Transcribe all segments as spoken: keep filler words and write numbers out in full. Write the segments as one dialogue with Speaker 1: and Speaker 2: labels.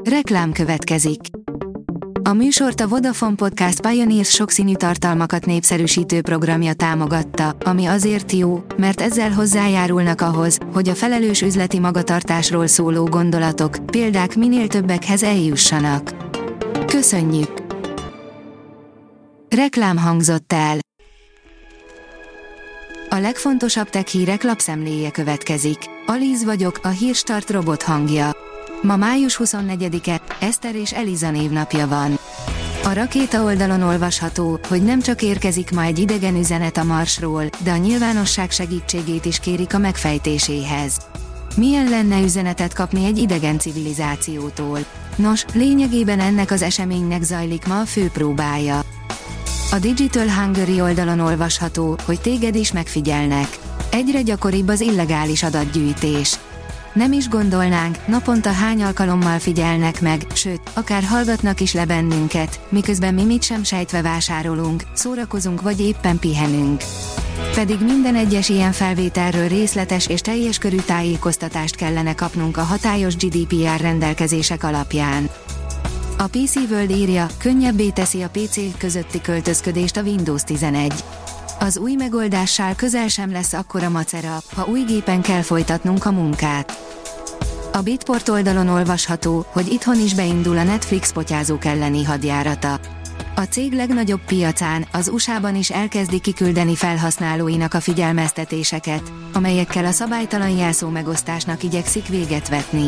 Speaker 1: Reklám következik. A műsort a Vodafone Podcast Pioneers sokszínű tartalmakat népszerűsítő programja támogatta, ami azért jó, mert ezzel hozzájárulnak ahhoz, hogy a felelős üzleti magatartásról szóló gondolatok, példák minél többekhez eljussanak. Köszönjük! Reklám hangzott el. A legfontosabb tech hírek lapszemléje következik. Alíz vagyok, a Hírstart robot hangja. Ma május huszonnegyedike, Eszter és Eliza névnapja van. A rakéta oldalon olvasható, hogy nem csak érkezik ma egy idegen üzenet a Marsról, de a nyilvánosság segítségét is kérik a megfejtéséhez. Milyen lenne üzenetet kapni egy idegen civilizációtól? Nos, lényegében ennek az eseménynek zajlik ma a főpróbája. A Digital Hungary oldalon olvasható, hogy téged is megfigyelnek. Egyre gyakoribb az illegális adatgyűjtés. Nem is gondolnánk, naponta hány alkalommal figyelnek meg, sőt, akár hallgatnak is le bennünket, miközben mi mit sem sejtve vásárolunk, szórakozunk vagy éppen pihenünk. Pedig minden egyes ilyen felvételről részletes és teljes körű tájékoztatást kellene kapnunk a hatályos gé dé pé er rendelkezések alapján. A pé cé World írja, könnyebbé teszi a pé cé közötti költözködést a Windows tizenegy. Az új megoldással közel sem lesz akkora macera, ha új gépen kell folytatnunk a munkát. A Bitport oldalon olvasható, hogy itthon is beindul a Netflix potyázók elleni hadjárata. A cég legnagyobb piacán, az u es á-ban is elkezdi kiküldeni felhasználóinak a figyelmeztetéseket, amelyekkel a szabálytalan jelszó megosztásnak igyekszik véget vetni.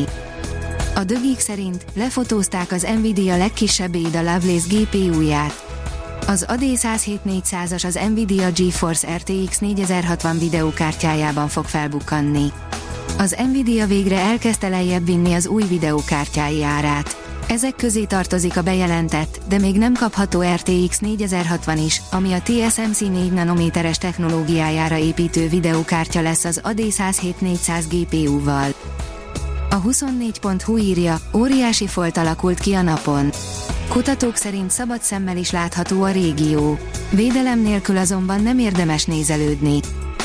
Speaker 1: A The Geek szerint lefotózták az Nvidia legkisebb Ada Lovelace gé pé u-ját. Az á dé száz hét négyszázas az Nvidia GeForce er té iksz négyezer-hatvan videókártyájában fog felbukkanni. Az Nvidia végre elkezdte lejjebb vinni az új videókártyái árát. Ezek közé tartozik a bejelentett, de még nem kapható er té iksz négyezer-hatvan is, ami a té es em cé négy nanométeres technológiájára építő videókártya lesz az á dé száz hét négyszáz gé pé u-val. A huszonnégy pont hu írja, óriási folt alakult ki a napon. Kutatók szerint szabad szemmel is látható a régió. Védelem nélkül azonban nem érdemes nézelődni.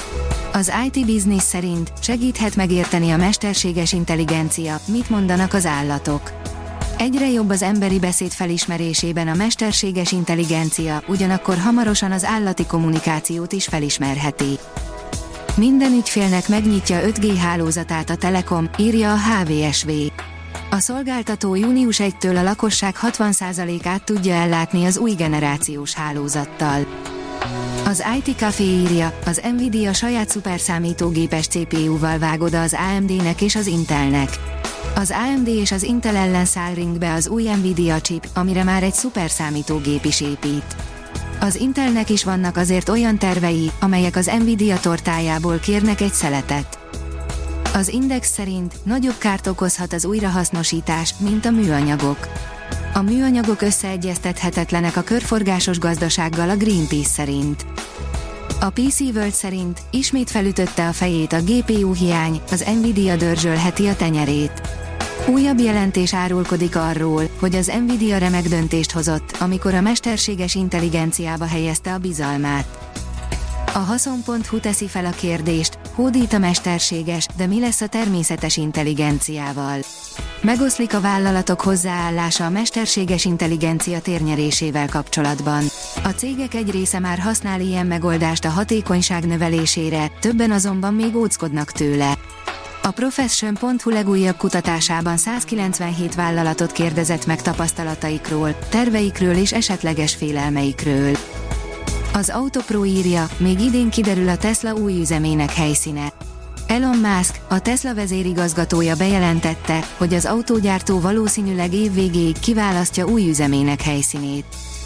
Speaker 1: Az i té Business szerint segíthet megérteni a mesterséges intelligencia, mit mondanak az állatok. Egyre jobb az emberi beszéd felismerésében a mesterséges intelligencia, ugyanakkor hamarosan az állati kommunikációt is felismerheti. Minden ügyfélnek megnyitja öt gé hálózatát a Telekom, írja a há vé es vé. A szolgáltató június elsejétől a lakosság hatvan százalékát tudja ellátni az új generációs hálózattal. Az i té Café írja, az Nvidia saját szuperszámítógépes cé pé u-val vág oda az á em dé-nek és az Intelnek. Az á em dé és az Intel ellen száll ringbe az új Nvidia chip, amire már egy szuperszámítógép is épít. Az Intelnek is vannak azért olyan tervei, amelyek az Nvidia tortájából kérnek egy szeletet. Az Index szerint nagyobb kárt okozhat az újrahasznosítás, mint a műanyagok. A műanyagok összeegyeztethetetlenek a körforgásos gazdasággal a Greenpeace szerint. A pé cé World szerint ismét felütötte a fejét a gé pé u hiány, az Nvidia dörzsölheti a tenyerét. Újabb jelentés árulkodik arról, hogy az Nvidia remek döntést hozott, amikor a mesterséges intelligenciába helyezte a bizalmát. A haszon pont hu teszi fel a kérdést, hódít a mesterséges, de mi lesz a természetes intelligenciával? Megoszlik a vállalatok hozzáállása a mesterséges intelligencia térnyerésével kapcsolatban. A cégek egy része már használ ilyen megoldást a hatékonyság növelésére, többen azonban még óckodnak tőle. A Profession pont hu legújabb kutatásában százkilencvenhét vállalatot kérdezett meg tapasztalataikról, terveikről és esetleges félelmeikről. Az Autopro írja, még idén kiderül a Tesla új üzemének helyszíne. Elon Musk, a Tesla vezérigazgatója bejelentette, hogy az autógyártó valószínűleg év végéig kiválasztja új üzemének helyszínét.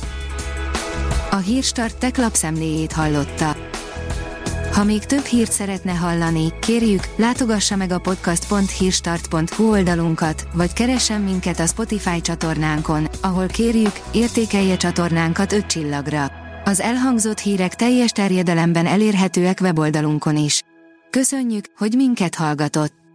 Speaker 1: A Hírstart Tech lapszemléjét hallotta. Ha még több hírt szeretne hallani, kérjük, látogassa meg a podcast pont hírstart pont hu oldalunkat, vagy keressen minket a Spotify csatornánkon, ahol kérjük, értékelje csatornánkat öt csillagra. Az elhangzott hírek teljes terjedelemben elérhetőek weboldalunkon is. Köszönjük, hogy minket hallgatott!